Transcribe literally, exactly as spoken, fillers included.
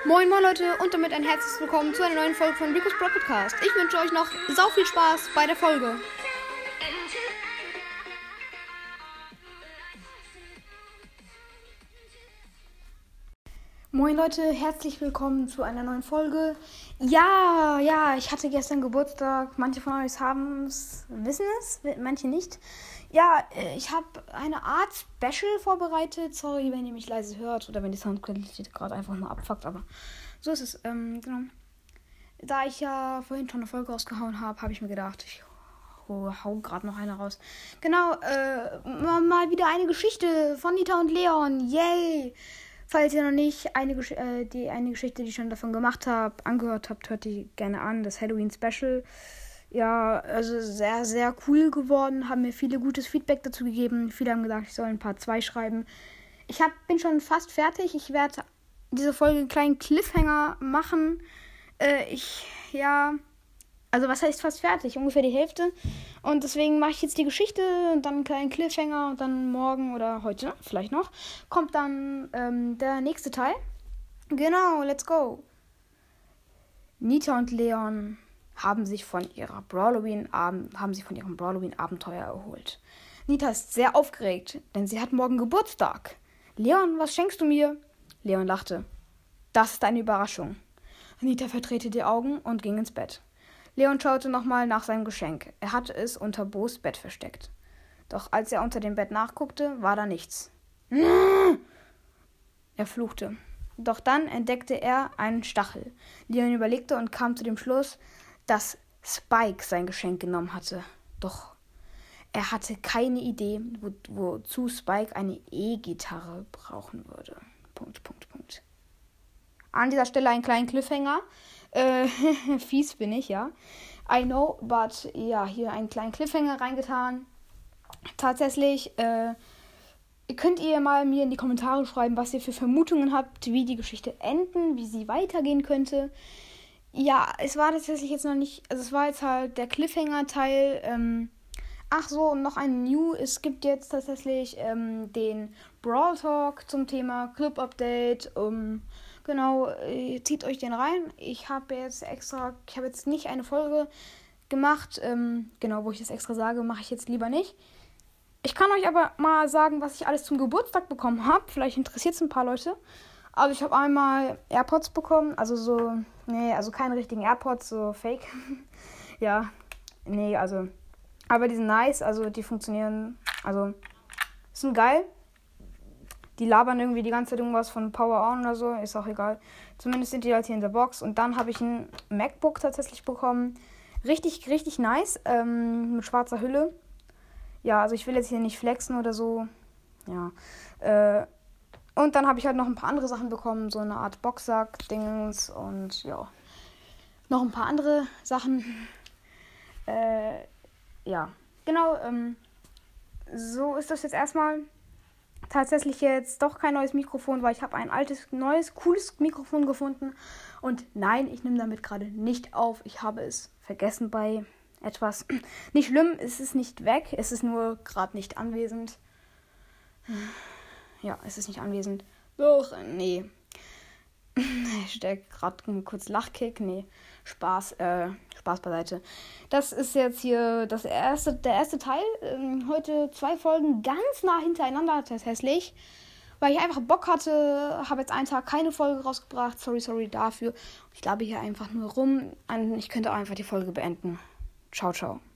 Moin moin Leute und damit ein herzliches Willkommen zu einer neuen Folge von Rico's Bro Podcast. Ich wünsche euch noch sau viel Spaß bei der Folge. Moin Leute, herzlich willkommen zu einer neuen Folge. Ja, ja, ich hatte gestern Geburtstag. Manche von euch haben es, wissen es, manche nicht. Ja, ich habe eine Art Special vorbereitet. Sorry, wenn ihr mich leise hört oder wenn die Soundqualität gerade einfach nur abfuckt, aber so ist es. Ähm, genau. Da ich ja vorhin schon eine Folge rausgehauen habe, habe ich mir gedacht, ich hau, hau gerade noch eine raus. Genau, äh, mal wieder eine Geschichte von Nita und Leon. Yay! Falls ihr noch nicht eine, Gesch- äh, die, eine Geschichte, die ich schon davon gemacht habe, angehört habt, hört die gerne an. Das Halloween-Special. Ja, also sehr, sehr cool geworden. Haben mir viele gutes Feedback dazu gegeben. Viele haben gesagt, ich soll ein Part zwei schreiben. Ich hab, bin schon fast fertig. Ich werde diese Folge einen kleinen Cliffhanger machen. Äh, ich, ja... Also was heißt fast fertig? Ungefähr die Hälfte. Und deswegen mache ich jetzt die Geschichte und dann einen kleinen Cliffhanger und dann morgen oder heute, vielleicht noch, kommt dann ähm, der nächste Teil. Genau, let's go. Nita und Leon haben sich von ihrer Brawloween haben sich von ihrem Brawloween-Abenteuer erholt. Nita ist sehr aufgeregt, denn sie hat morgen Geburtstag. Leon, was schenkst du mir? Leon lachte. Das ist eine Überraschung. Nita verdrehte die Augen und ging ins Bett. Leon schaute nochmal nach seinem Geschenk. Er hatte es unter Bo's Bett versteckt. Doch als er unter dem Bett nachguckte, war da nichts. Er fluchte. Doch dann entdeckte er einen Stachel. Leon überlegte und kam zu dem Schluss, dass Spike sein Geschenk genommen hatte. Doch er hatte keine Idee, wo, wozu Spike eine E-Gitarre brauchen würde. Punkt, Punkt, Punkt. An dieser Stelle einen kleinen Cliffhanger. Äh, fies bin ich, ja. I know, but ja, hier einen kleinen Cliffhanger reingetan. Tatsächlich, äh, könnt ihr mal mir in die Kommentare schreiben, was ihr für Vermutungen habt, wie die Geschichte enden, wie sie weitergehen könnte. Ja, es war tatsächlich jetzt noch nicht, also es war jetzt halt der Cliffhanger-Teil. Ähm, ach so, und noch ein New, es gibt jetzt tatsächlich ähm, den Brawl Talk zum Thema Club-Update, um... Genau, äh, zieht euch den rein. Ich habe jetzt extra, ich habe jetzt nicht eine Folge gemacht, ähm, genau, wo ich das extra sage, mache ich jetzt lieber nicht. Ich kann euch aber mal sagen, was ich alles zum Geburtstag bekommen habe. Vielleicht interessiert es ein paar Leute. Also ich habe einmal AirPods bekommen, also so, nee, also keine richtigen AirPods, so Fake. Ja, nee, also, aber die sind nice, also die funktionieren, also, sind geil. Die labern irgendwie die ganze Zeit irgendwas von Power On oder so, ist auch egal. Zumindest sind die halt hier in der Box. Und dann habe ich ein MacBook tatsächlich bekommen. Richtig, richtig nice, ähm, mit schwarzer Hülle. Ja, also ich will jetzt hier nicht flexen oder so. Ja. Äh, und dann habe ich halt noch ein paar andere Sachen bekommen, so eine Art Boxsack-Dings und ja. Noch ein paar andere Sachen. Äh, ja, genau, ähm, so ist das jetzt erstmal. Tatsächlich jetzt doch kein neues Mikrofon, weil ich habe ein altes, neues, cooles Mikrofon gefunden. Und nein, ich nehme damit gerade nicht auf. Ich habe es vergessen bei etwas. Nicht schlimm, es ist nicht weg. Es ist nur gerade nicht anwesend. Ja, es ist nicht anwesend. Doch, nee. Ich stelle gerade kurz Lachkick. Nee, Spaß, äh, Spaß beiseite. Das ist jetzt hier das erste, der erste Teil. Ähm, heute zwei Folgen ganz nah hintereinander, das ist hässlich. Weil ich einfach Bock hatte, habe jetzt einen Tag keine Folge rausgebracht. Sorry, sorry dafür. Ich glaube hier einfach nur rum. Ich könnte auch einfach die Folge beenden. Ciao, ciao.